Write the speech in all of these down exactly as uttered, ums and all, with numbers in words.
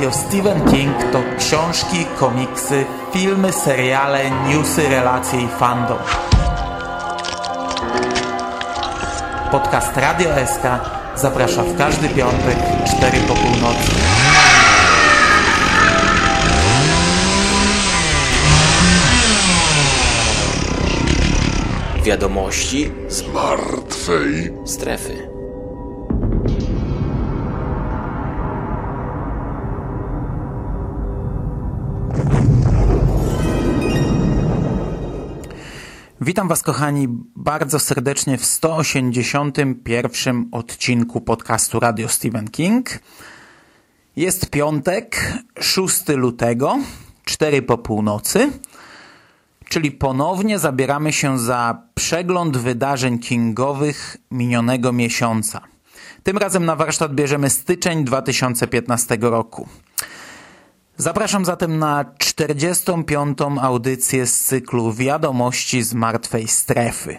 Radio Stephen King to książki, komiksy, filmy, seriale, newsy, relacje i fandom. Podcast Radio S K zaprasza w każdy piątek, cztery po północy. Wiadomości z martwej strefy. Witam Was, kochani, bardzo serdecznie w sto osiemdziesiątym pierwszym odcinku podcastu Radio Stephen King. Jest piątek, szóstego lutego, cztery po północy, czyli ponownie zabieramy się za przegląd wydarzeń kingowych minionego miesiąca. Tym razem na warsztat bierzemy styczeń dwa tysiące piętnastego roku. Zapraszam zatem na czterdziestą piątą audycję z cyklu Wiadomości z martwej strefy.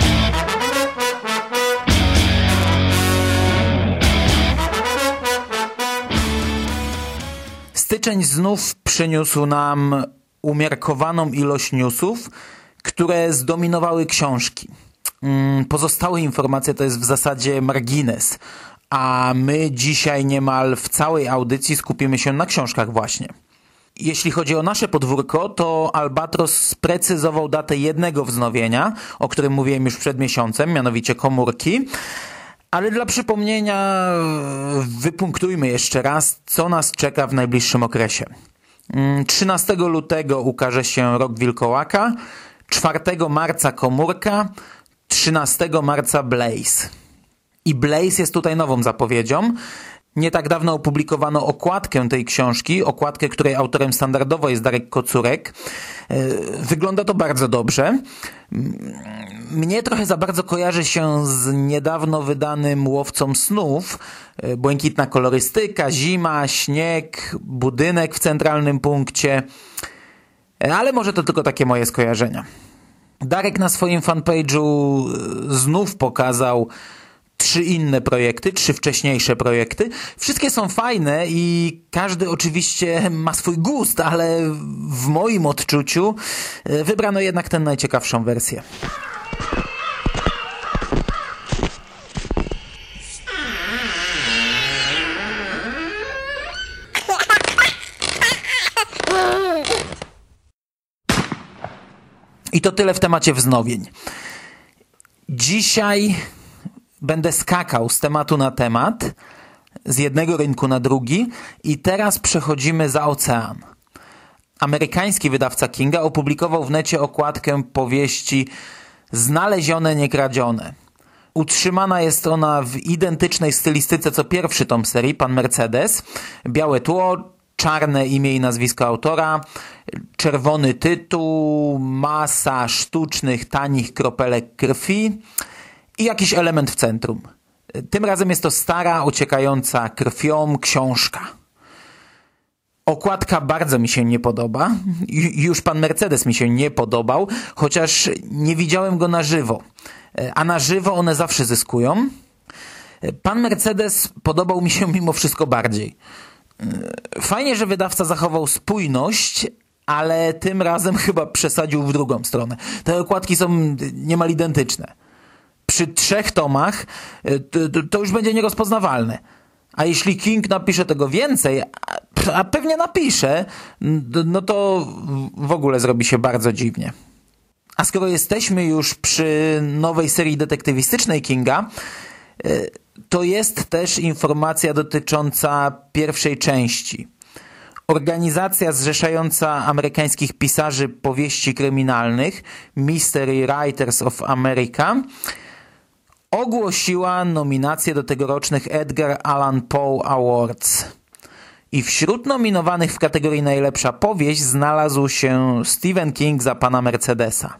Styczeń znów przyniósł nam umiarkowaną ilość newsów, które zdominowały książki. Pozostałe informacje to jest w zasadzie margines, a my dzisiaj niemal w całej audycji skupimy się na książkach właśnie. Jeśli chodzi o nasze podwórko, to Albatros sprecyzował datę jednego wznowienia, o którym mówiłem już przed miesiącem, mianowicie Komórki. Ale dla przypomnienia wypunktujmy jeszcze raz, co nas czeka w najbliższym okresie. trzynastego lutego ukaże się Rok Wilkołaka, czwartego marca Komórka, trzynastego marca Blaze. I Blaze jest tutaj nową zapowiedzią. Nie tak dawno opublikowano okładkę tej książki, okładkę, której autorem standardowo jest Darek Kocurek. Wygląda to bardzo dobrze. Mnie trochę za bardzo kojarzy się z niedawno wydanym Łowcą snów. Błękitna kolorystyka, zima, śnieg, budynek w centralnym punkcie. Ale może to tylko takie moje skojarzenia. Darek na swoim fanpage'u znów pokazał trzy inne projekty, trzy wcześniejsze projekty. Wszystkie są fajne i każdy oczywiście ma swój gust, ale w moim odczuciu wybrano jednak tę najciekawszą wersję. I to tyle w temacie wznowień. Dzisiaj będę skakał z tematu na temat, z jednego rynku na drugi i teraz przechodzimy za ocean. Amerykański wydawca Kinga opublikował w necie okładkę powieści Znalezione, niekradzione. Utrzymana jest ona w identycznej stylistyce co pierwszy tom serii, Pan Mercedes. Białe tło, czarne imię i nazwisko autora, czerwony tytuł, masa sztucznych, tanich kropelek krwi i jakiś element w centrum. Tym razem jest to stara, ociekająca krwią książka. Okładka bardzo mi się nie podoba. Już Pan Mercedes mi się nie podobał, chociaż nie widziałem go na żywo. A na żywo one zawsze zyskują. Pan Mercedes podobał mi się mimo wszystko bardziej. Fajnie, że wydawca zachował spójność, ale tym razem chyba przesadził w drugą stronę. Te okładki są niemal identyczne. Przy trzech tomach to, to już będzie nierozpoznawalne. A jeśli King napisze tego więcej, a, a pewnie napisze, no to w ogóle zrobi się bardzo dziwnie. A skoro jesteśmy już przy nowej serii detektywistycznej Kinga, to jest też informacja dotycząca pierwszej części. Organizacja zrzeszająca amerykańskich pisarzy powieści kryminalnych, Mystery Writers of America, ogłosiła nominacje do tegorocznych Edgar Allan Poe Awards. I wśród nominowanych w kategorii najlepsza powieść znalazł się Stephen King za Pana Mercedesa.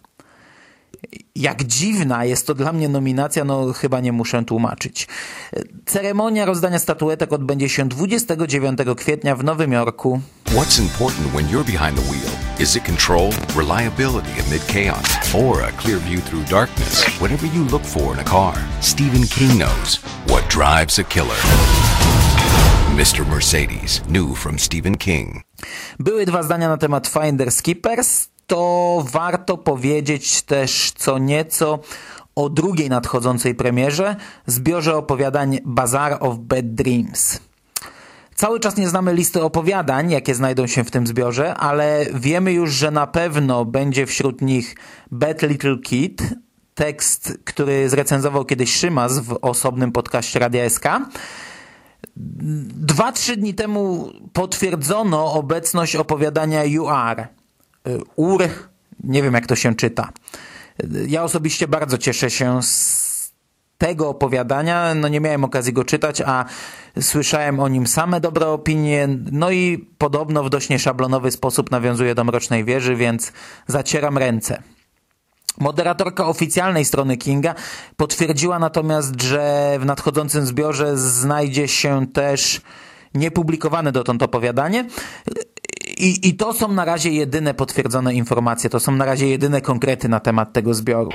Jak dziwna jest to dla mnie nominacja, no chyba nie muszę tłumaczyć. Ceremonia rozdania statuetek odbędzie się dwudziestego dziewiątego kwietnia w Nowym Jorku. What's important when you're behind the wheel? Is it control, reliability amid chaos, or a clear view through darkness? Whatever you look for in a car, Stephen King knows what drives a killer. mister Mercedes, new from Stephen King. Były dwa zdania na temat Finders Keepers. To warto powiedzieć też co nieco o drugiej nadchodzącej premierze, zbiorze opowiadań Bazaar of Bad Dreams. Cały czas nie znamy listy opowiadań, jakie znajdą się w tym zbiorze, ale wiemy już, że na pewno będzie wśród nich Bad Little Kid, tekst, który zrecenzował kiedyś Szymas w osobnym podcaście Radia S K. Dwa, trzy dni temu potwierdzono obecność opowiadania You Are. Ur, nie wiem jak to się czyta. Ja osobiście bardzo cieszę się z tego opowiadania, no nie miałem okazji go czytać, a słyszałem o nim same dobre opinie, no i podobno w dość nieszablonowy sposób nawiązuje do Mrocznej Wieży, więc zacieram ręce. Moderatorka oficjalnej strony Kinga potwierdziła natomiast, że w nadchodzącym zbiorze znajdzie się też niepublikowane dotąd opowiadanie i, i to są na razie jedyne potwierdzone informacje, to są na razie jedyne konkrety na temat tego zbioru.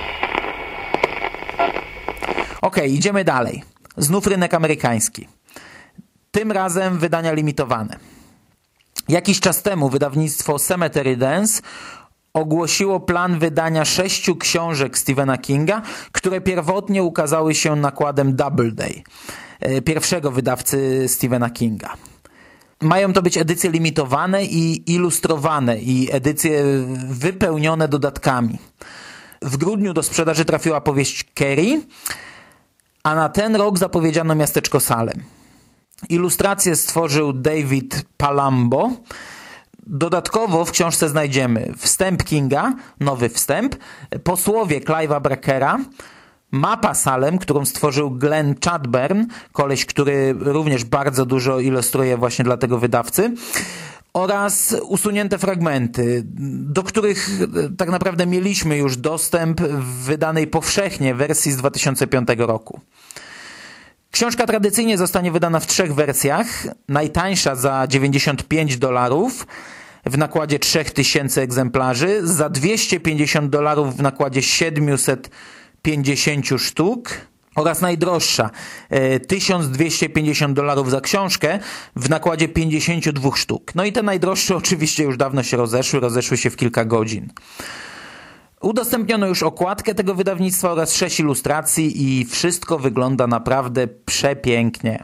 Okej, okay, idziemy dalej. Znów rynek amerykański. Tym razem wydania limitowane. Jakiś czas temu wydawnictwo Cemetery Dance ogłosiło plan wydania sześciu książek Stephena Kinga, które pierwotnie ukazały się nakładem Doubleday, pierwszego wydawcy Stephena Kinga. Mają to być edycje limitowane i ilustrowane i edycje wypełnione dodatkami. W grudniu do sprzedaży trafiła powieść Carrie, a na ten rok zapowiedziano miasteczko Salem. Ilustrację stworzył David Palumbo. Dodatkowo w książce znajdziemy wstęp Kinga, nowy wstęp, posłowie Clive'a Barkera, mapa Salem, którą stworzył Glenn Chadbourne, koleś, który również bardzo dużo ilustruje właśnie dla tego wydawcy, oraz usunięte fragmenty, do których tak naprawdę mieliśmy już dostęp w wydanej powszechnie wersji z dwa tysiące piątego roku. Książka tradycyjnie zostanie wydana w trzech wersjach. Najtańsza za dziewięćdziesiąt pięć dolarów w nakładzie trzy tysiące egzemplarzy, za dwieście pięćdziesiąt dolarów w nakładzie siedemset pięćdziesiąt sztuk oraz najdroższa tysiąc dwieście pięćdziesiąt dolarów za książkę w nakładzie pięćdziesiąt dwa sztuk. No i te najdroższe oczywiście już dawno się rozeszły, rozeszły się w kilka godzin. Udostępniono już okładkę tego wydawnictwa oraz sześć ilustracji i wszystko wygląda naprawdę przepięknie.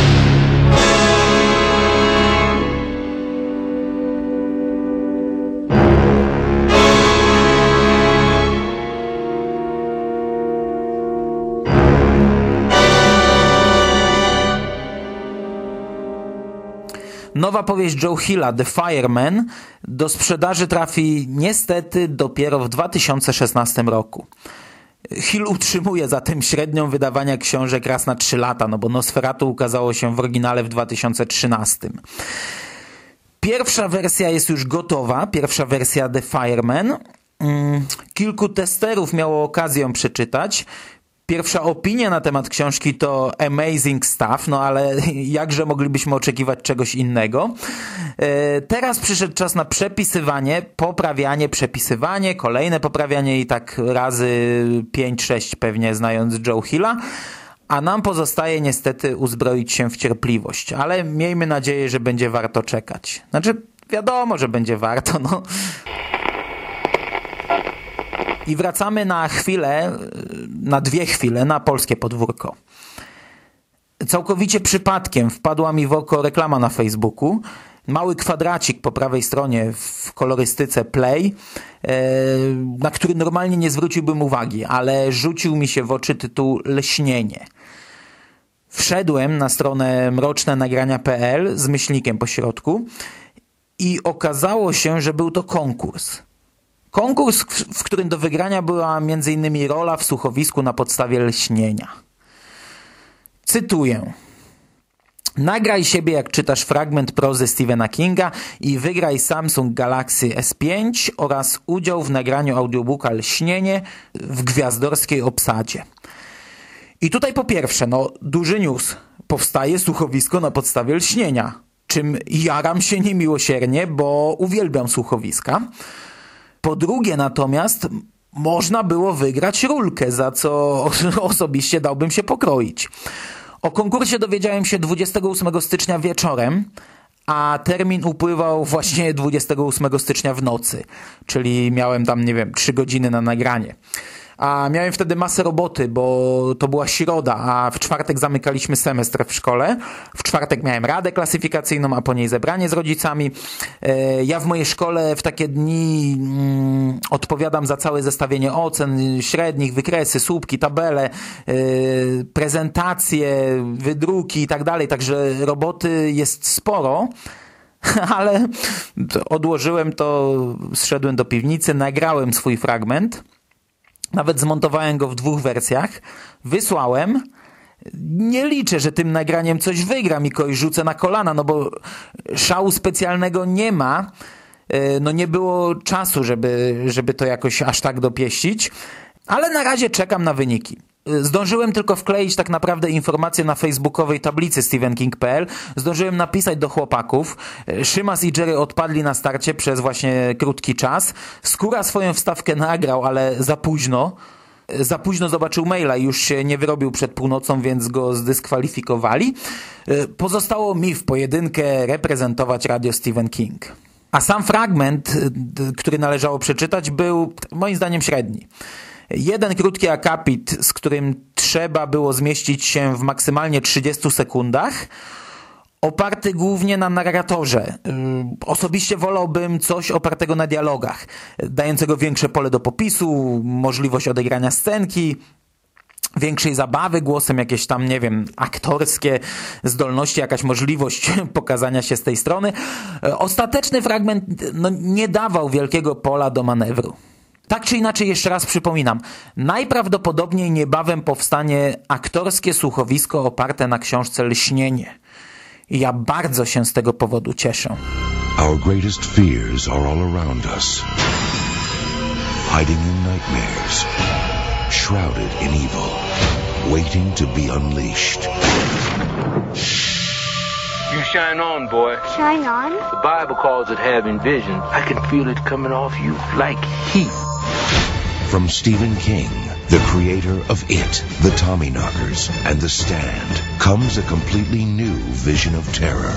Nowa powieść Joe Hilla, The Fireman, do sprzedaży trafi niestety dopiero w dwa tysiące szesnastym roku. Hill utrzymuje zatem średnią wydawania książek raz na trzy lata, no bo Nosferatu ukazało się w oryginale w dwa tysiące trzynastym. Pierwsza wersja jest już gotowa, pierwsza wersja The Fireman. Kilku testerów miało okazję ją przeczytać. Pierwsza opinia na temat książki to amazing stuff, no ale jakże moglibyśmy oczekiwać czegoś innego. Teraz przyszedł czas na przepisywanie, poprawianie, przepisywanie, kolejne poprawianie i tak razy pięć sześć pewnie, znając Joe Hilla. A nam pozostaje niestety uzbroić się w cierpliwość, ale miejmy nadzieję, że będzie warto czekać. Znaczy wiadomo, że będzie warto, no. I wracamy na chwilę, na dwie chwile, na polskie podwórko. Całkowicie przypadkiem wpadła mi w oko reklama na Facebooku. Mały kwadracik po prawej stronie w kolorystyce Play, na który normalnie nie zwróciłbym uwagi, ale rzucił mi się w oczy tytuł Lśnienie. Wszedłem na stronę mroczne nagrania kropka pe el z myślnikiem po środku i okazało się, że był to konkurs. Konkurs, w którym do wygrania była między innymi rola w słuchowisku na podstawie lśnienia. Cytuję. Nagraj siebie, jak czytasz fragment prozy Stephena Kinga i wygraj Samsung Galaxy S pięć oraz udział w nagraniu audiobooka Lśnienie w gwiazdorskiej obsadzie. I tutaj po pierwsze, no duży news. Powstaje słuchowisko na podstawie lśnienia, czym jaram się niemiłosiernie, bo uwielbiam słuchowiska. Po drugie natomiast można było wygrać rulkę, za co osobiście dałbym się pokroić. O konkursie dowiedziałem się dwudziestego ósmego stycznia wieczorem, a termin upływał właśnie dwudziestego ósmego stycznia w nocy, czyli miałem tam, nie wiem, trzy godziny na nagranie. A miałem wtedy masę roboty, bo to była środa, a w czwartek zamykaliśmy semestr w szkole. W czwartek miałem radę klasyfikacyjną, a po niej zebranie z rodzicami. Ja w mojej szkole w takie dni mm, odpowiadam za całe zestawienie ocen, średnich, wykresy, słupki, tabele, yy, prezentacje, wydruki i tak dalej. Także roboty jest sporo. Ale odłożyłem to, zszedłem do piwnicy, nagrałem swój fragment. Nawet zmontowałem go w dwóch wersjach, wysłałem. Nie liczę, że tym nagraniem coś wygram i kogoś rzucę na kolana, no bo szału specjalnego nie ma. No nie było czasu, żeby, żeby to jakoś aż tak dopieścić, ale na razie czekam na wyniki. Zdążyłem tylko wkleić tak naprawdę informacje na facebookowej tablicy Stephen King kropka p l. Zdążyłem napisać do chłopaków. Szymas i Jerry odpadli na starcie przez właśnie krótki czas. Skóra swoją wstawkę nagrał, ale za późno. Za późno zobaczył maila i już się nie wyrobił przed północą, więc go zdyskwalifikowali. Pozostało mi w pojedynkę reprezentować radio Stephen King. A sam fragment, który należało przeczytać, był moim zdaniem średni. Jeden krótki akapit, z którym trzeba było zmieścić się w maksymalnie trzydziestu sekundach, oparty głównie na narratorze. Osobiście wolałbym coś opartego na dialogach, dającego większe pole do popisu, możliwość odegrania scenki, większej zabawy głosem, jakieś tam, nie wiem, aktorskie zdolności, jakaś możliwość pokazania się z tej strony. Ostateczny fragment no, nie dawał wielkiego pola do manewru. Tak czy inaczej, jeszcze raz przypominam, najprawdopodobniej niebawem powstanie aktorskie słuchowisko oparte na książce Lśnienie. I ja bardzo się z tego powodu cieszę. Our greatest fears are all around us. Hiding in nightmares, shrouded in evil, waiting to be unleashed. You shine on, boy. Shine on? The Bible calls it having vision. I can feel it coming off you like heat. From Stephen King, the creator of It, The Tommyknockers, and The Stand, comes a completely new vision of terror.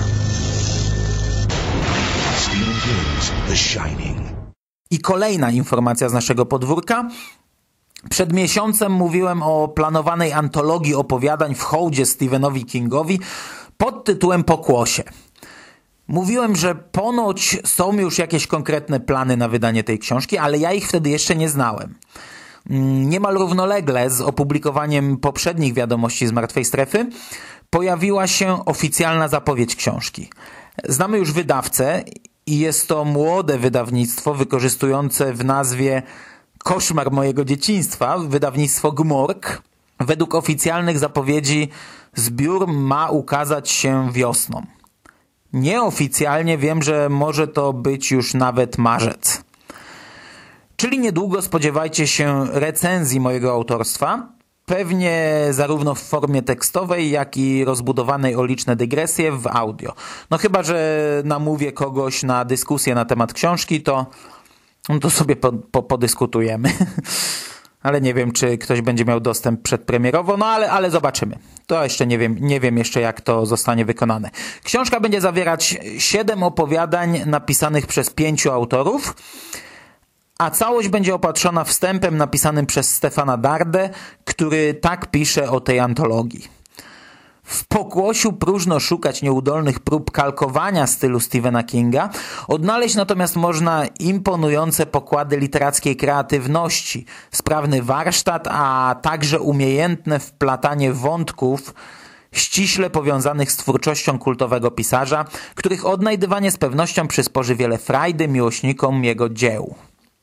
Stephen King's The Shining. I kolejna informacja z naszego podwórka. Przed miesiącem mówiłem o planowanej antologii opowiadań w hołdzie Stephenowi Kingowi pod tytułem Pokłosie. Mówiłem, że ponoć są już jakieś konkretne plany na wydanie tej książki, ale ja ich wtedy jeszcze nie znałem. Niemal równolegle z opublikowaniem poprzednich wiadomości z Martwej Strefy pojawiła się oficjalna zapowiedź książki. Znamy już wydawcę i jest to młode wydawnictwo wykorzystujące w nazwie Koszmar mojego dzieciństwa, wydawnictwo Gmork. Według oficjalnych zapowiedzi zbiór ma ukazać się wiosną. Nieoficjalnie wiem, że może to być już nawet marzec. Czyli niedługo spodziewajcie się recenzji mojego autorstwa, pewnie zarówno w formie tekstowej, jak i rozbudowanej o liczne dygresje w audio. No chyba że namówię kogoś na dyskusję na temat książki, to, no to sobie po, po, podyskutujemy. Ale nie wiem, czy ktoś będzie miał dostęp przedpremierowo, no ale, ale zobaczymy. To jeszcze nie wiem, nie wiem jeszcze, jak to zostanie wykonane. Książka będzie zawierać siedem opowiadań napisanych przez pięciu autorów, a całość będzie opatrzona wstępem napisanym przez Stefana Dardę, który tak pisze o tej antologii. W pokłosiu próżno szukać nieudolnych prób kalkowania stylu Stephena Kinga, odnaleźć natomiast można imponujące pokłady literackiej kreatywności, sprawny warsztat, a także umiejętne wplatanie wątków ściśle powiązanych z twórczością kultowego pisarza, których odnajdywanie z pewnością przysporzy wiele frajdy miłośnikom jego dzieł.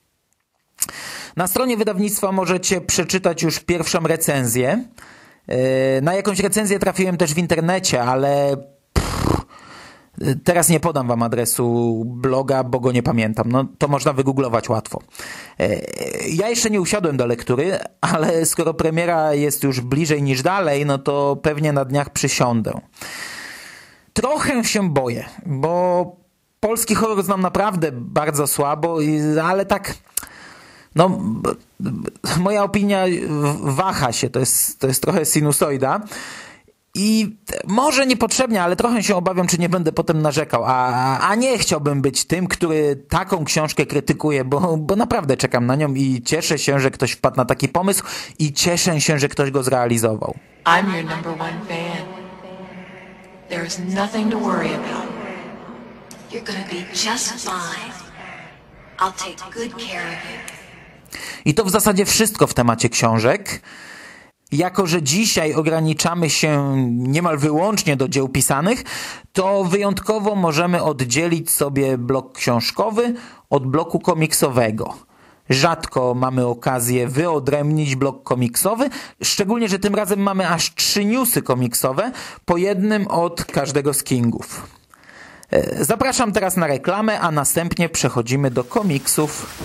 Na stronie wydawnictwa możecie przeczytać już pierwszą recenzję. Na jakąś recenzję trafiłem też w internecie, ale pff, teraz nie podam wam adresu bloga, bo go nie pamiętam. No to można wygooglować łatwo. Ja jeszcze nie usiadłem do lektury, ale skoro premiera jest już bliżej niż dalej, no to pewnie na dniach przysiądę. Trochę się boję, bo polski horror znam naprawdę bardzo słabo, ale tak... No, moja opinia waha się, to jest, to jest trochę sinusoida I może niepotrzebnie, ale trochę się obawiam, czy nie będę potem narzekał, a, a nie chciałbym być tym, który taką książkę krytykuje, bo, bo naprawdę czekam na nią i cieszę się, że ktoś wpadł na taki pomysł i cieszę się, że ktoś go zrealizował. I'm your number one fan. There is nothing to worry about. You're gonna be just fine. I'll take good care of you. I to w zasadzie wszystko w temacie książek. Jako że dzisiaj ograniczamy się niemal wyłącznie do dzieł pisanych, to wyjątkowo możemy oddzielić sobie blok książkowy od bloku komiksowego. Rzadko mamy okazję wyodrębnić blok komiksowy, szczególnie, że tym razem mamy aż trzy newsy komiksowe, po jednym od każdego z Kingów. Zapraszam teraz na reklamę, a następnie przechodzimy do komiksów.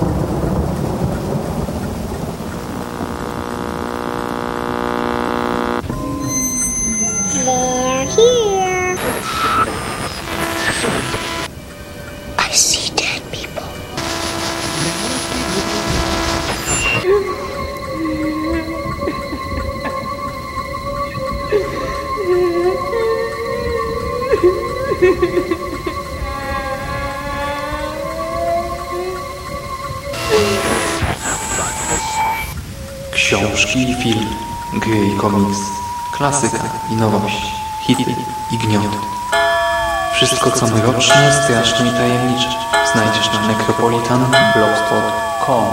They're here. I see dead people. Książki i film, gry i komiks, klasyka i nowość, hity i gniot. Wszystko co mroczne, straszne i tajemnicze znajdziesz na necropolitan blogspot kropka com.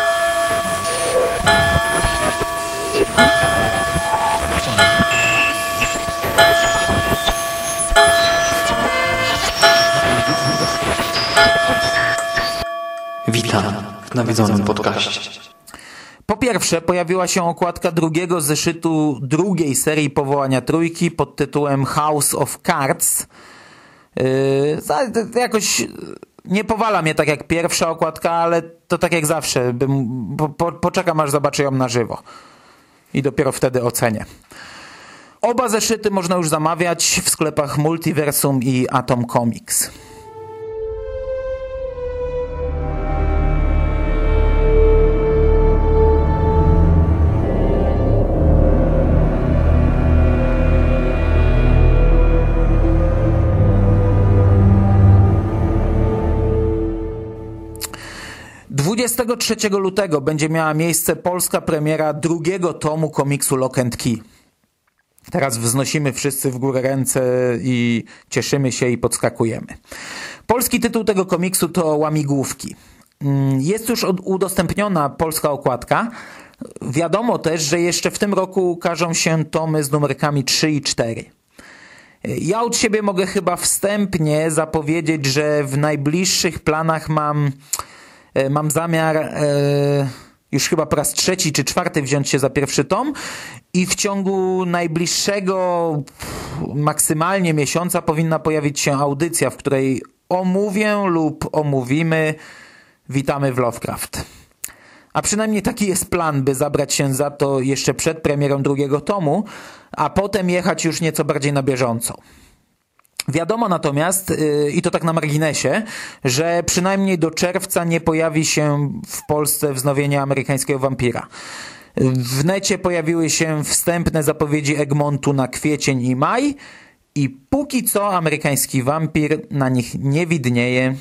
Witam w nawiedzonym podcaście. Po pierwsze, pojawiła się okładka drugiego zeszytu drugiej serii Powołania Trójki pod tytułem House of Cards. Yy, jakoś nie powala mnie tak jak pierwsza okładka, ale to tak jak zawsze. Bym, po, po, poczekam aż zobaczę ją na żywo. I dopiero wtedy ocenię. Oba zeszyty można już zamawiać w sklepach Multiversum i Atom Comics. dwudziestego trzeciego lutego będzie miała miejsce polska premiera drugiego tomu komiksu Lock and Key. Teraz wznosimy wszyscy w górę ręce i cieszymy się i podskakujemy. Polski tytuł tego komiksu to Łamigłówki. Jest już udostępniona polska okładka. Wiadomo też, że jeszcze w tym roku ukażą się tomy z numerkami trzy i cztery. Ja od siebie mogę chyba wstępnie zapowiedzieć, że w najbliższych planach mam... Mam zamiar e, już chyba po raz trzeci czy czwarty wziąć się za pierwszy tom i w ciągu najbliższego maksymalnie miesiąca powinna pojawić się audycja, w której omówię lub omówimy Witamy w Lovecraft. A przynajmniej taki jest plan, by zabrać się za to jeszcze przed premierą drugiego tomu, a potem jechać już nieco bardziej na bieżąco. Wiadomo natomiast, yy, i to tak na marginesie, że przynajmniej do czerwca nie pojawi się w Polsce wznowienie amerykańskiego wampira. W necie pojawiły się wstępne zapowiedzi Egmontu na kwiecień i maj i póki co amerykański wampir na nich nie widnieje.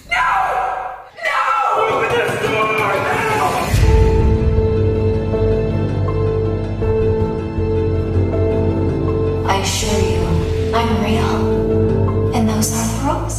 I assure you, I'm real. And those are pearls.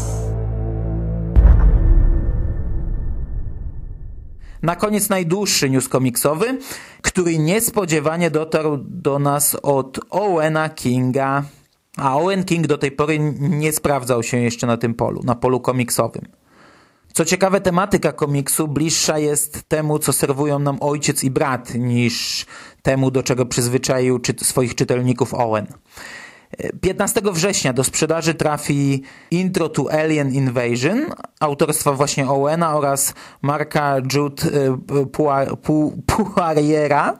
Na koniec najdłuższy news komiksowy, który niespodziewanie dotarł do nas od Owena Kinga. A Owen King do tej pory nie sprawdzał się jeszcze na tym polu, na polu komiksowym. Co ciekawe, tematyka komiksu bliższa jest temu, co serwują nam ojciec i brat, niż temu, do czego przyzwyczaił czy swoich czytelników Owen. piętnastego września do sprzedaży trafi Intro to Alien Invasion autorstwa właśnie Owena oraz Marka Jude Poiriera.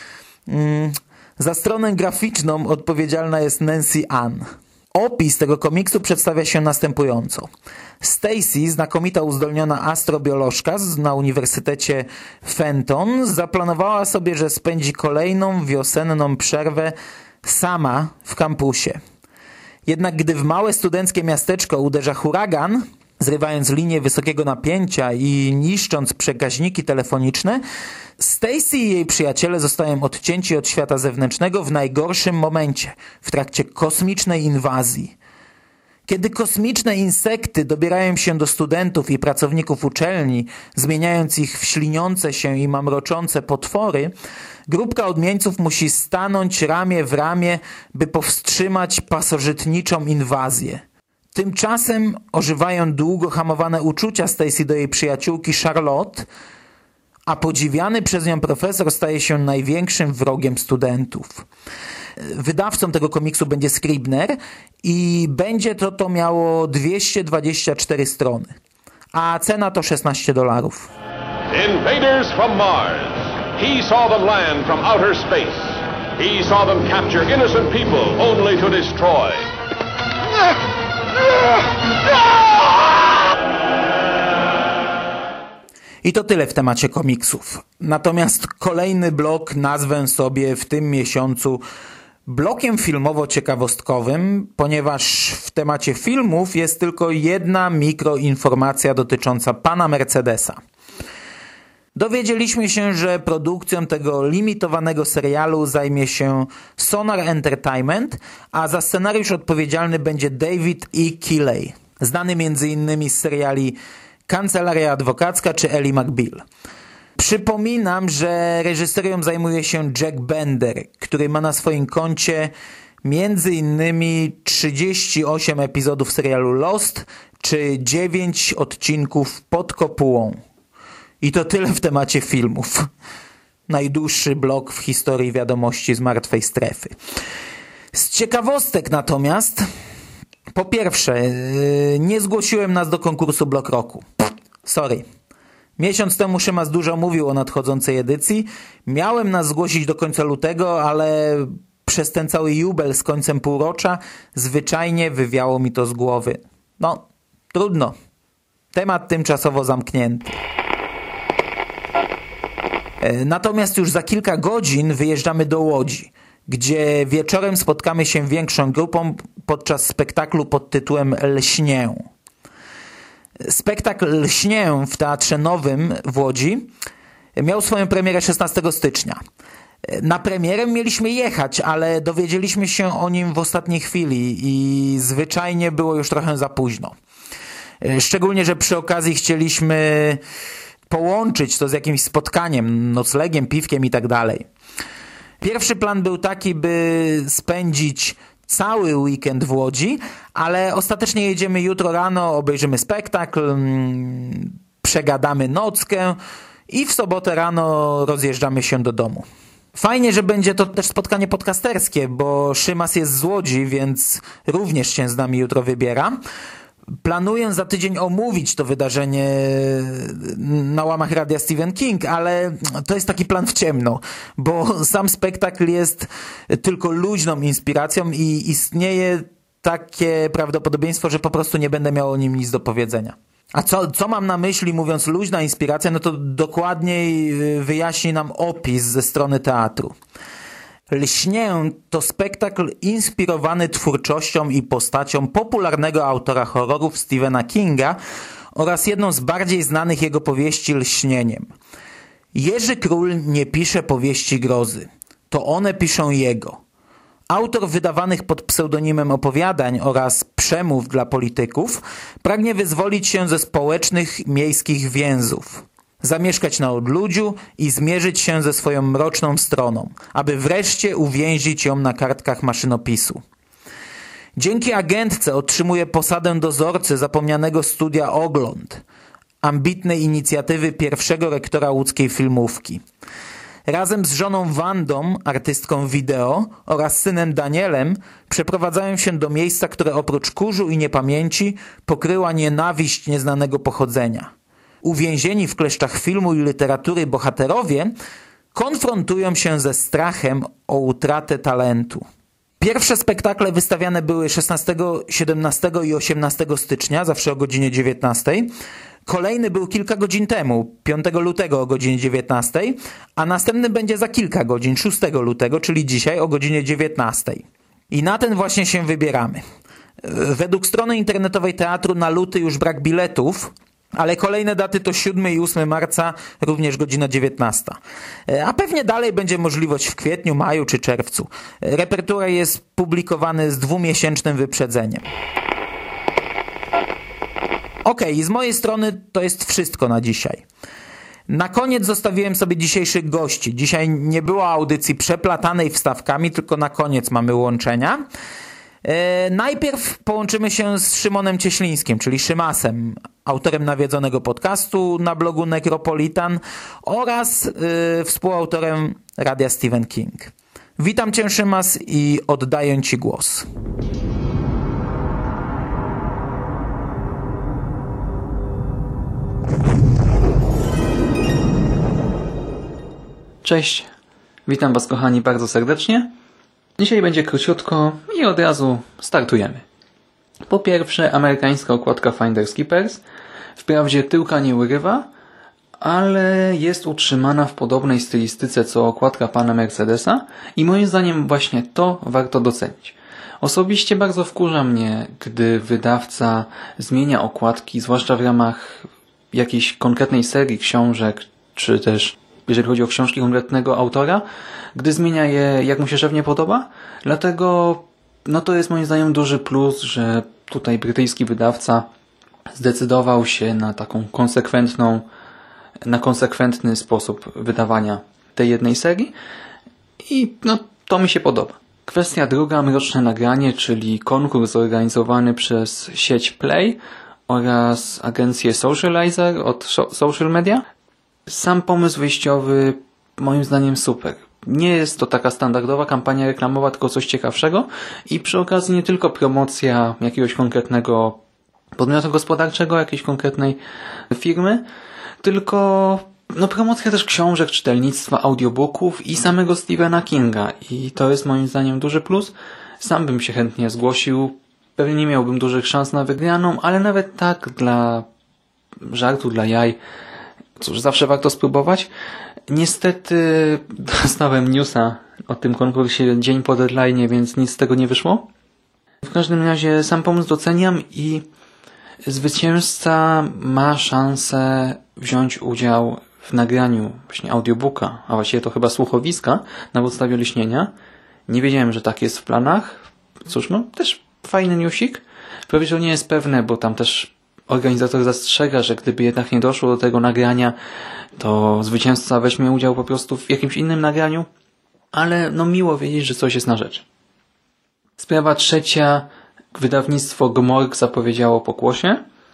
Za stronę graficzną odpowiedzialna jest Nancy Ann. Opis tego komiksu przedstawia się następująco. Stacy, znakomita uzdolniona astrobiolożka na Uniwersytecie Fenton, zaplanowała sobie, że spędzi kolejną wiosenną przerwę sama w kampusie. Jednak gdy w małe studenckie miasteczko uderza huragan, zrywając linię wysokiego napięcia i niszcząc przekaźniki telefoniczne, Stacy i jej przyjaciele zostają odcięci od świata zewnętrznego w najgorszym momencie, w trakcie kosmicznej inwazji. Kiedy kosmiczne insekty dobierają się do studentów i pracowników uczelni, zmieniając ich w śliniące się i mamroczące potwory, grupka odmieńców musi stanąć ramię w ramię, by powstrzymać pasożytniczą inwazję. Tymczasem ożywają długo hamowane uczucia Stacy do jej przyjaciółki Charlotte, a podziwiany przez nią profesor staje się największym wrogiem studentów. Wydawcą tego komiksu będzie Scribner i będzie to to miało dwieście dwadzieścia cztery strony, a cena to szesnaście dolarów. Invaders from Mars. He saw them land from outer space. He saw them capture innocent people only to destroy. I to tyle w temacie komiksów. Natomiast kolejny blok nazwę sobie w tym miesiącu blokiem filmowo-ciekawostkowym, ponieważ w temacie filmów jest tylko jedna mikroinformacja dotycząca pana Mercedesa. Dowiedzieliśmy się, że produkcją tego limitowanego serialu zajmie się Sonar Entertainment, a za scenariusz odpowiedzialny będzie David E. Keeley, znany między innymi z seriali Kancelaria Adwokacka czy Ellie McBeal. Przypominam, że reżyserią zajmuje się Jack Bender, który ma na swoim koncie między innymi trzydzieści osiem epizodów serialu Lost czy dziewięć odcinków Pod kopułą. I to tyle w temacie filmów. Najdłuższy blok w historii wiadomości z martwej strefy. Z ciekawostek natomiast, po pierwsze, nie zgłosiłem nas do konkursu Blok Roku. Sorry. Miesiąc temu Szymas dużo mówił o nadchodzącej edycji. Miałem nas zgłosić do końca lutego, ale przez ten cały jubel z końcem półrocza zwyczajnie wywiało mi to z głowy. No, trudno. Temat tymczasowo zamknięty. Natomiast już za kilka godzin wyjeżdżamy do Łodzi, gdzie wieczorem spotkamy się większą grupą podczas spektaklu pod tytułem Lśnię. Spektakl Lśnię w Teatrze Nowym w Łodzi miał swoją premierę szesnastego stycznia. Na premierę mieliśmy jechać, ale dowiedzieliśmy się o nim w ostatniej chwili i zwyczajnie było już trochę za późno. Szczególnie, że przy okazji chcieliśmy połączyć to z jakimś spotkaniem, noclegiem, piwkiem i tak dalej. Pierwszy plan był taki, by spędzić cały weekend w Łodzi, ale ostatecznie jedziemy jutro rano, obejrzymy spektakl, przegadamy nockę i w sobotę rano rozjeżdżamy się do domu. Fajnie, że będzie to też spotkanie podcasterskie, bo Szymas jest z Łodzi, więc również się z nami jutro wybiera. Planuję za tydzień omówić to wydarzenie na łamach Radia Stephen King, ale to jest taki plan w ciemno, bo sam spektakl jest tylko luźną inspiracją i istnieje takie prawdopodobieństwo, że po prostu nie będę miał o nim nic do powiedzenia. A co, co mam na myśli mówiąc luźna inspiracja, no to dokładniej wyjaśni nam opis ze strony teatru. Lśnię to spektakl inspirowany twórczością i postacią popularnego autora horrorów Stephena Kinga oraz jedną z bardziej znanych jego powieści Lśnieniem. Jerzy Król nie pisze powieści grozy. To one piszą jego. Autor wydawanych pod pseudonimem opowiadań oraz przemów dla polityków pragnie wyzwolić się ze społecznych miejskich więzów. Zamieszkać na odludziu i zmierzyć się ze swoją mroczną stroną, aby wreszcie uwięzić ją na kartkach maszynopisu. Dzięki agentce otrzymuje posadę dozorcy zapomnianego studia Ogląd, ambitnej inicjatywy pierwszego rektora łódzkiej filmówki. Razem z żoną Wandą, artystką wideo, oraz synem Danielem przeprowadzają się do miejsca, które oprócz kurzu i niepamięci pokryła nienawiść nieznanego pochodzenia. Uwięzieni w kleszczach filmu i literatury bohaterowie konfrontują się ze strachem o utratę talentu. Pierwsze spektakle wystawiane były szesnastego, siedemnastego i osiemnastego stycznia, zawsze o godzinie dziewiętnastej. Kolejny był kilka godzin temu, piątego lutego o godzinie dziewiętnastej, a następny będzie za kilka godzin, szóstego lutego, czyli dzisiaj o godzinie dziewiętnastej. I na ten właśnie się wybieramy. Według strony internetowej teatru na luty już brak biletów, ale kolejne daty to siódmego i ósmego marca, również godzina dziewiętnasta. A pewnie dalej będzie możliwość w kwietniu, maju czy czerwcu. Repertuar jest publikowany z dwumiesięcznym wyprzedzeniem. Okej, okay, z mojej strony to jest wszystko na dzisiaj. Na koniec zostawiłem sobie dzisiejszych gości. Dzisiaj nie było audycji przeplatanej wstawkami, tylko na koniec mamy łączenia. E, najpierw połączymy się z Szymonem Cieślińskim, czyli Szymasem, autorem nawiedzonego podcastu na blogu Necropolitan oraz e, współautorem Radia Stephen King. Witam Cię, Szymas, i oddaję Ci głos. Cześć, witam Was, kochani, bardzo serdecznie. Dzisiaj będzie króciutko i od razu startujemy. Po pierwsze, amerykańska okładka Finders Keepers. Wprawdzie tyłka nie urywa, ale jest utrzymana w podobnej stylistyce co okładka pana Mercedesa i moim zdaniem właśnie to warto docenić. Osobiście bardzo wkurza mnie, gdy wydawca zmienia okładki, zwłaszcza w ramach jakiejś konkretnej serii książek, czy też jeżeli chodzi o książki konkretnego autora, gdy zmienia je jak mu się szewnie podoba. Dlatego no to jest moim zdaniem duży plus, że tutaj brytyjski wydawca zdecydował się na taką konsekwentną, na konsekwentny sposób wydawania tej jednej serii i no to mi się podoba. Kwestia druga, Mroczne Nagranie, czyli konkurs zorganizowany przez sieć Play oraz agencję Socializer od Social Media. Sam pomysł wyjściowy moim zdaniem super. Nie jest to taka standardowa kampania reklamowa, tylko coś ciekawszego i przy okazji nie tylko promocja jakiegoś konkretnego podmiotu gospodarczego, jakiejś konkretnej firmy, tylko no promocja też książek, czytelnictwa, audiobooków i samego Stephena Kinga i to jest moim zdaniem duży plus. Sam bym się chętnie zgłosił, pewnie nie miałbym dużych szans na wygraną, ale nawet tak dla żartu, dla jaj, cóż, zawsze warto spróbować. Niestety dostałem newsa o tym konkursie dzień po deadline, więc nic z tego nie wyszło. W każdym razie sam pomysł doceniam i zwycięzca ma szansę wziąć udział w nagraniu właśnie audiobooka, a właściwie to chyba słuchowiska na podstawie Lśnienia. Nie wiedziałem, że tak jest w planach. Cóż, no też fajny newsik. Prawie, że nie jest pewne, bo tam też organizator zastrzega, że gdyby jednak nie doszło do tego nagrania, to zwycięzca weźmie udział po prostu w jakimś innym nagraniu, ale no miło wiedzieć, że coś jest na rzecz. Sprawa trzecia, wydawnictwo Gmorg zapowiedziało Pokłosie.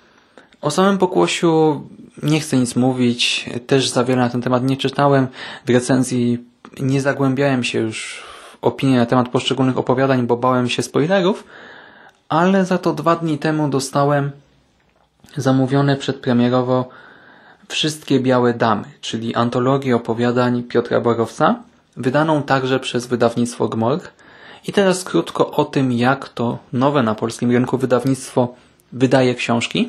O samym Pokłosiu nie chcę nic mówić, też za wiele na ten temat nie czytałem, w recenzji nie zagłębiałem się już w opinie na temat poszczególnych opowiadań, bo bałem się spoilerów, ale za to dwa dni temu dostałem zamówione przedpremierowo Wszystkie Białe Damy, czyli antologię opowiadań Piotra Borowca, wydaną także przez wydawnictwo Gmorg. I teraz krótko o tym, jak to nowe na polskim rynku wydawnictwo wydaje książki.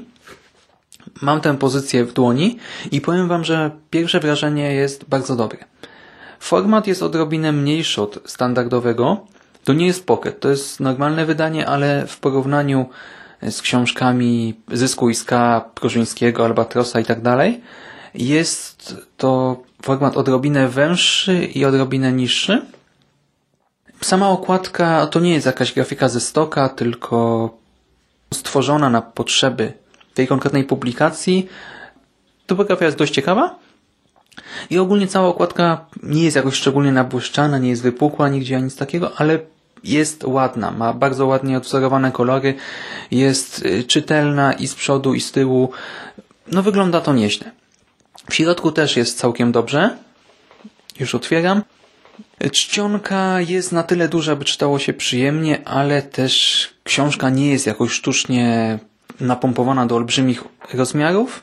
Mam tę pozycję w dłoni i powiem Wam, że pierwsze wrażenie jest bardzo dobre. Format jest odrobinę mniejszy od standardowego. To nie jest pocket, to jest normalne wydanie, ale w porównaniu z książkami Zysku Iska, Pruszyńskiego, Albatrosa i tak dalej, jest to format odrobinę węższy i odrobinę niższy. Sama okładka to nie jest jakaś grafika ze stoka, tylko stworzona na potrzeby tej konkretnej publikacji. Typografia jest dość ciekawa i ogólnie cała okładka nie jest jakoś szczególnie nabłyszczana, nie jest wypukła nigdzie, nic takiego, ale jest ładna, ma bardzo ładnie odwzorowane kolory, jest czytelna i z przodu i z tyłu. No wygląda to nieźle. W środku też jest całkiem dobrze. Już otwieram. Czcionka jest na tyle duża, aby czytało się przyjemnie, ale też książka nie jest jakoś sztucznie napompowana do olbrzymich rozmiarów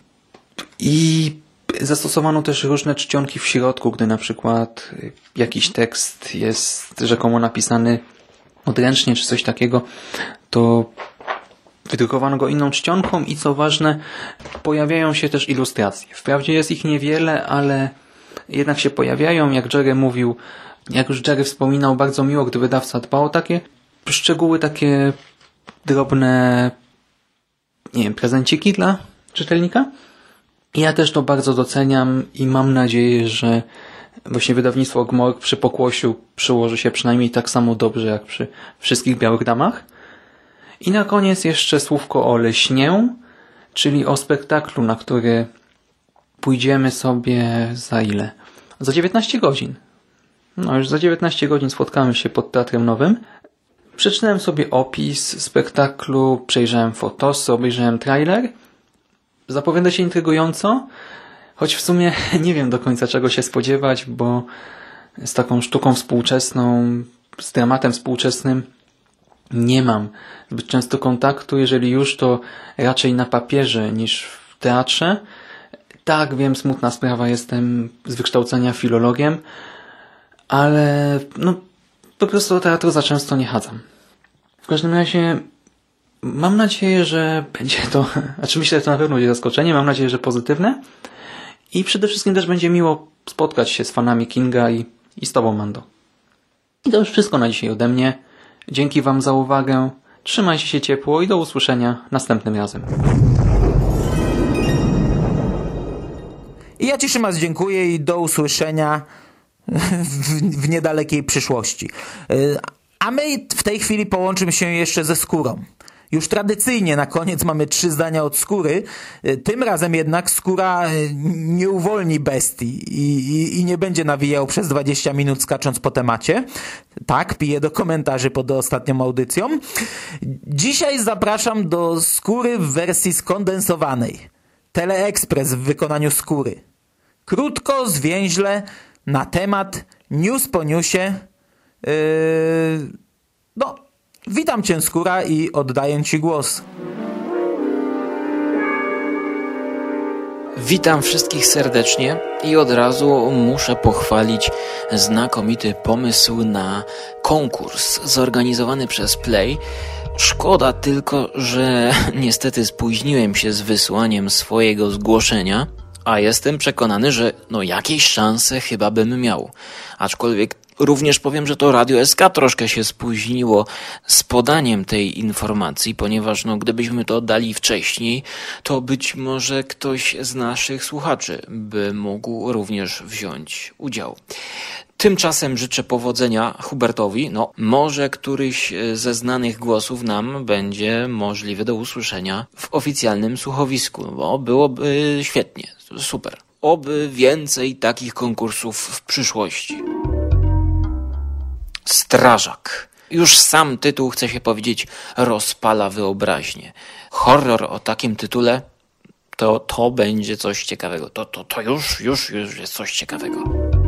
i zastosowano też różne czcionki w środku, gdy na przykład jakiś tekst jest rzekomo napisany odręcznie czy coś takiego, to wydrukowano go inną czcionką i co ważne, pojawiają się też ilustracje. Wprawdzie jest ich niewiele, ale jednak się pojawiają. Jak Jerry mówił, jak już Jerry wspominał, bardzo miło, gdy wydawca dbał o takie szczegóły, takie drobne, nie wiem, prezenciki dla czytelnika. I ja też to bardzo doceniam i mam nadzieję, że właśnie wydawnictwo Gmorg przy Pokłosiu przyłoży się przynajmniej tak samo dobrze jak przy wszystkich Białych Damach. I na koniec jeszcze słówko o Leśnie, czyli o spektaklu, na który pójdziemy sobie za ile? Za dziewiętnaście godzin. No już za dziewiętnaście godzin spotkamy się pod Teatrem Nowym. Przeczytałem sobie opis spektaklu, przejrzałem fotosy, obejrzałem trailer. Zapowiada się intrygująco, choć w sumie nie wiem do końca czego się spodziewać, bo z taką sztuką współczesną, z dramatem współczesnym nie mam zbyt często kontaktu. Jeżeli już, to raczej na papierze niż w teatrze. Tak, wiem, smutna sprawa, jestem z wykształcenia filologiem, ale no po prostu do teatru za często nie chadzam. W każdym razie mam nadzieję, że będzie to, znaczy myślę, że to na pewno będzie zaskoczenie, mam nadzieję, że pozytywne i przede wszystkim też będzie miło spotkać się z fanami Kinga i, i z Tobą, Mando. I to już wszystko na dzisiaj ode mnie. Dzięki Wam za uwagę, trzymajcie się ciepło i do usłyszenia następnym razem. I ja Ci, Szymas, dziękuję i do usłyszenia w, w niedalekiej przyszłości. A my w tej chwili połączymy się jeszcze ze Skórą. Już tradycyjnie na koniec mamy trzy zdania od Skóry. Tym razem jednak Skóra nie uwolni bestii i, i, i nie będzie nawijał przez dwadzieścia minut skacząc po temacie. Tak, piję do komentarzy pod ostatnią audycją. Dzisiaj zapraszam do Skóry w wersji skondensowanej. Teleekspres w wykonaniu Skóry. Krótko, zwięźle, na temat, news po newsie. Yy, no, witam Cię, Skóra, i oddaję Ci głos. Witam wszystkich serdecznie i od razu muszę pochwalić znakomity pomysł na konkurs zorganizowany przez Play. Szkoda tylko, że niestety spóźniłem się z wysłaniem swojego zgłoszenia, a jestem przekonany, że no jakieś szanse chyba bym miał. Aczkolwiek również powiem, że to Radio S K troszkę się spóźniło z podaniem tej informacji, ponieważ no gdybyśmy to dali wcześniej, to być może ktoś z naszych słuchaczy by mógł również wziąć udział. Tymczasem życzę powodzenia Hubertowi. No, może któryś ze znanych głosów nam będzie możliwy do usłyszenia w oficjalnym słuchowisku, bo byłoby świetnie, super. Oby więcej takich konkursów w przyszłości. Strażak. Już sam tytuł, chcę się powiedzieć, rozpala wyobraźnię. Horror o takim tytule to to będzie coś ciekawego. To, to, to już, już, już jest coś ciekawego.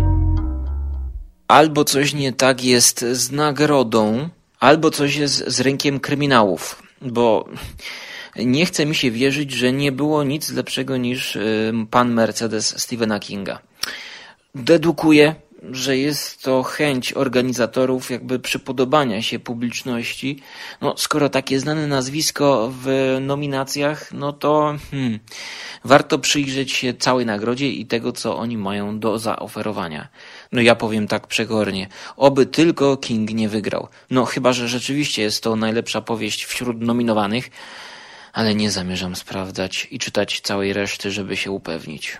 Albo coś nie tak jest z nagrodą, albo coś jest z rynkiem kryminałów, bo nie chce mi się wierzyć, że nie było nic lepszego niż Pan Mercedes Stephena Kinga. Dedukuję, że jest to chęć organizatorów jakby przypodobania się publiczności. No, skoro takie znane nazwisko w nominacjach, no to hmm, warto przyjrzeć się całej nagrodzie i tego, co oni mają do zaoferowania. No ja powiem tak przegornie, oby tylko King nie wygrał. No chyba, że rzeczywiście jest to najlepsza powieść wśród nominowanych, ale nie zamierzam sprawdzać i czytać całej reszty, żeby się upewnić.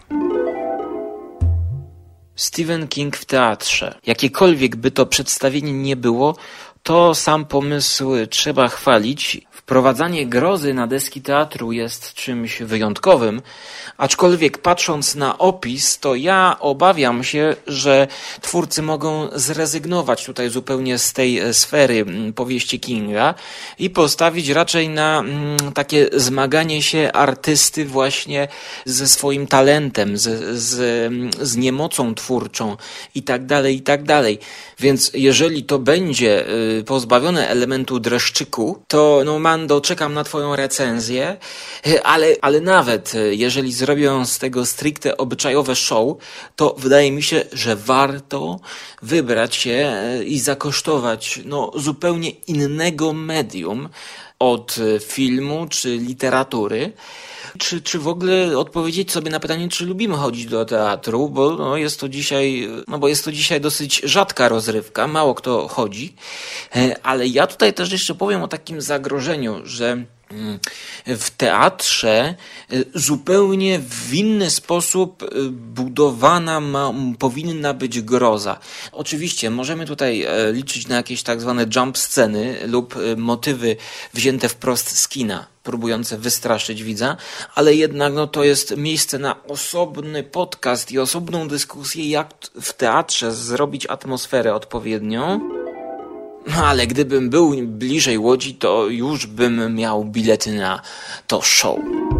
Stephen King w teatrze. Jakiekolwiek by to przedstawienie nie było, to sam pomysł trzeba chwalić. Wprowadzanie grozy na deski teatru jest czymś wyjątkowym, aczkolwiek patrząc na opis, to ja obawiam się, że twórcy mogą zrezygnować tutaj zupełnie z tej sfery powieści Kinga i postawić raczej na takie zmaganie się artysty właśnie ze swoim talentem, z, z, z niemocą twórczą i tak dalej, i tak dalej. Więc jeżeli to będzie pozbawione elementu dreszczyku, to no Mando, czekam na twoją recenzję, ale, ale nawet jeżeli zrobią z tego stricte obyczajowe show, to wydaje mi się, że warto wybrać się i zakosztować no, zupełnie innego medium od filmu czy literatury. Czy, czy w ogóle odpowiedzieć sobie na pytanie, czy lubimy chodzić do teatru, bo no jest to dzisiaj, no bo jest to dzisiaj dosyć rzadka rozrywka, mało kto chodzi, ale ja tutaj też jeszcze powiem o takim zagrożeniu, że w teatrze zupełnie w inny sposób budowana ma, powinna być groza. Oczywiście możemy tutaj liczyć na jakieś tak zwane jump sceny lub motywy wzięte wprost z kina, próbujące wystraszyć widza, ale jednak no, to jest miejsce na osobny podcast i osobną dyskusję, jak w teatrze zrobić atmosferę odpowiednią. No ale gdybym był bliżej Łodzi, to już bym miał bilety na to show.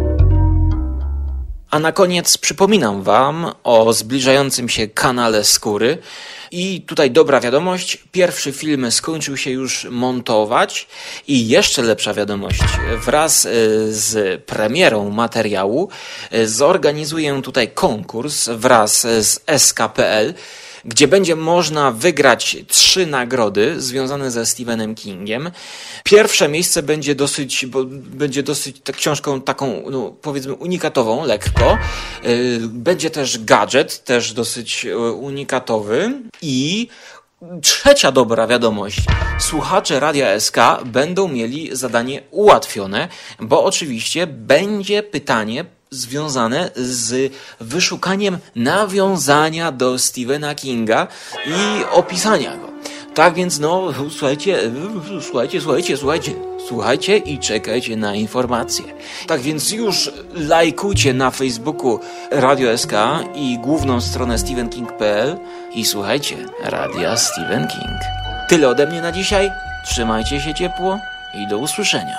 A na koniec przypominam wam o zbliżającym się kanale Skóry. I tutaj dobra wiadomość, pierwszy film skończył się już montować i jeszcze lepsza wiadomość, wraz z premierą materiału zorganizuję tutaj konkurs wraz z S K kropka P L, gdzie będzie można wygrać trzy nagrody związane ze Stephenem Kingiem. Pierwsze miejsce będzie dosyć, bo będzie dosyć tak, książką taką, no, powiedzmy unikatową, lekko. Będzie też gadżet, też dosyć unikatowy. I trzecia dobra wiadomość. Słuchacze Radia S K będą mieli zadanie ułatwione, bo oczywiście będzie pytanie związane z wyszukaniem nawiązania do Stephena Kinga i opisania go. Tak więc no, słuchajcie, słuchajcie, słuchajcie, słuchajcie, słuchajcie i czekajcie na informacje. Tak więc już lajkujcie na Facebooku Radio S K i główną stronę stephen king kropka p l i słuchajcie Radia Stephen King. Tyle ode mnie na dzisiaj. Trzymajcie się ciepło i do usłyszenia.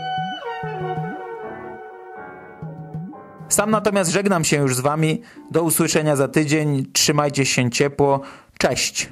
Sam natomiast żegnam się już z wami. Do usłyszenia za tydzień. Trzymajcie się ciepło. Cześć.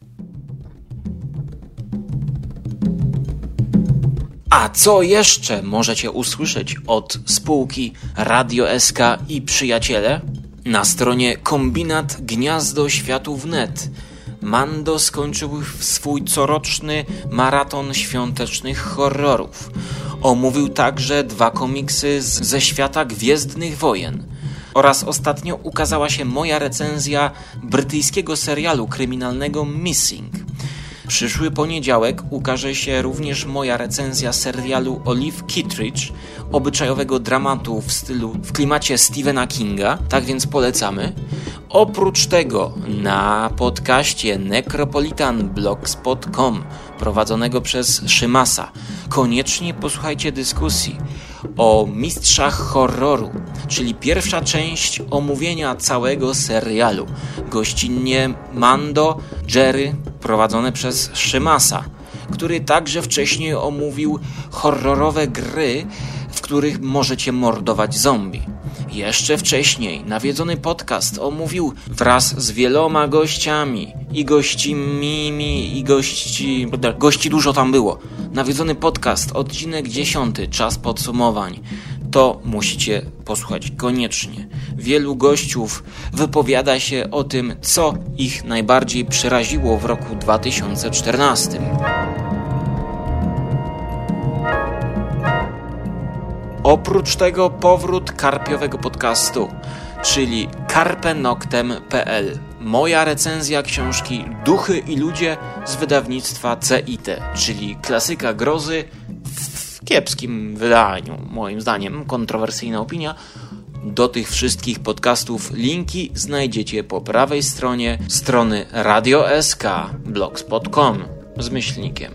A co jeszcze możecie usłyszeć od spółki Radio S K i przyjaciele? Na stronie Kombinat Gniazdo Światów kropka net Mando skończył swój coroczny maraton świątecznych horrorów. Omówił także dwa komiksy z, ze świata Gwiezdnych Wojen. Oraz ostatnio ukazała się moja recenzja brytyjskiego serialu kryminalnego Missing. Przyszły poniedziałek ukaże się również moja recenzja serialu Olive Kittredge, obyczajowego dramatu w stylu, w klimacie Stephena Kinga, tak więc polecamy. Oprócz tego na podcaście necropolitan blogspot kropka com prowadzonego przez Szymasa koniecznie posłuchajcie dyskusji o Mistrzach Horroru, czyli pierwsza część omówienia całego serialu. Gościnnie Mando, Jerry, prowadzone przez Szymasa, który także wcześniej omówił horrorowe gry, w których możecie mordować zombie. Jeszcze wcześniej nawiedzony podcast omówił wraz z wieloma gościami i gościmi i gości... gości dużo tam było. Nawiedzony podcast, odcinek dziesiąty, czas podsumowań. To musicie posłuchać koniecznie. Wielu gościów wypowiada się o tym, co ich najbardziej przeraziło w roku dwa tysiące czternastym. Oprócz tego powrót karpiowego podcastu, czyli carpe noctem kropka p l. Moja recenzja książki Duchy i ludzie z wydawnictwa C I T, czyli klasyka grozy w kiepskim wydaniu, moim zdaniem, kontrowersyjna opinia. Do tych wszystkich podcastów linki znajdziecie po prawej stronie strony Radio S K blogspot kropka com z myślnikiem.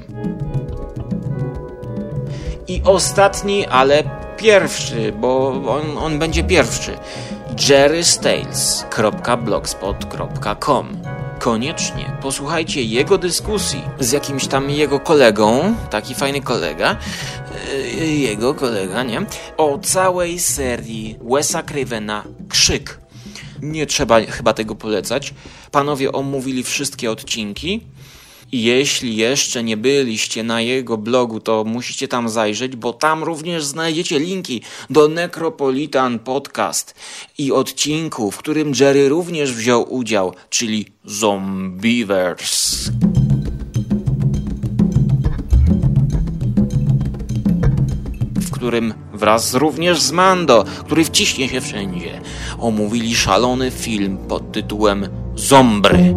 I ostatni, ale pierwszy, bo on, on będzie pierwszy. jerry stales kropka blogspot kropka com. Koniecznie posłuchajcie jego dyskusji z jakimś tam jego kolegą, taki fajny kolega, yy, jego kolega, nie? O całej serii Wesa Cravena Krzyk. Nie trzeba chyba tego polecać. Panowie omówili wszystkie odcinki I jeśli jeszcze nie byliście na jego blogu, to musicie tam zajrzeć, bo tam również znajdziecie linki do Necropolitan Podcast i odcinku, w którym Jerry również wziął udział, czyli Zombievers. W którym wraz również z Mando, który wciśnie się wszędzie, omówili szalony film pod tytułem Zombry.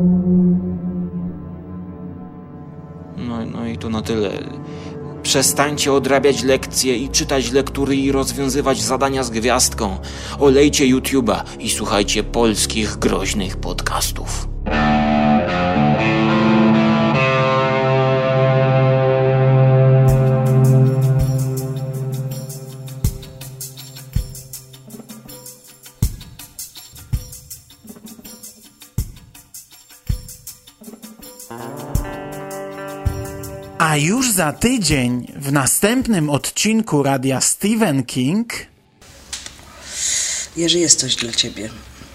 No, no i to na tyle. Przestańcie odrabiać lekcje i czytać lektury i rozwiązywać zadania z gwiazdką. Olejcie YouTube'a i słuchajcie polskich groźnych podcastów. A już za tydzień w następnym odcinku Radia Stephen King. Jerzy, jest coś dla ciebie.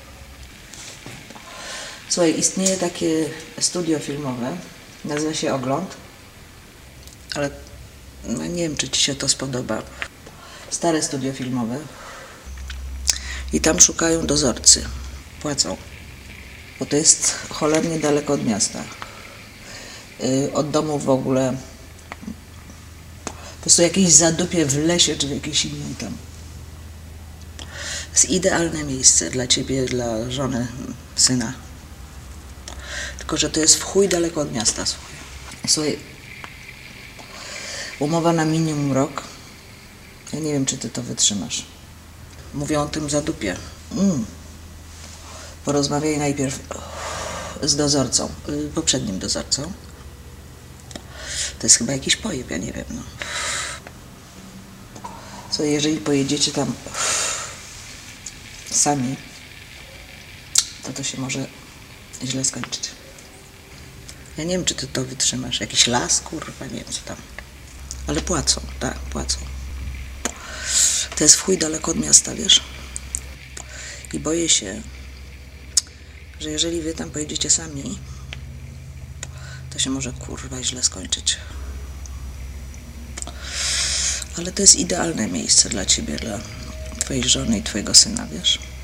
Słuchaj, istnieje takie studio filmowe, nazywa się Ogląd, ale no nie wiem, czy ci się to spodoba. Stare studio filmowe i tam szukają dozorcy. Płacą, bo to jest cholernie daleko od miasta. Od domu w ogóle, po prostu jakieś zadupie w lesie, czy w jakiejś innej tam. To jest idealne miejsce dla ciebie, dla żony, syna. Tylko że to jest w chuj daleko od miasta, słuchaj. Słuchaj, umowa na minimum rok. Ja nie wiem, czy ty to wytrzymasz. Mówię o tym zadupie. Mm. Porozmawiaj najpierw z dozorcą, poprzednim dozorcą. To jest chyba jakiś pojeb, ja nie wiem, no. Co, jeżeli pojedziecie tam sami, to to się może źle skończyć. Ja nie wiem, czy ty to wytrzymasz. Jakiś las, kurwa, nie wiem co tam. Ale płacą, tak, płacą. To jest w chuj daleko od miasta, wiesz? I boję się, że jeżeli wy tam pojedziecie sami, to się może kurwa źle skończyć. Ale to jest idealne miejsce dla ciebie, dla twojej żony i twojego syna, wiesz?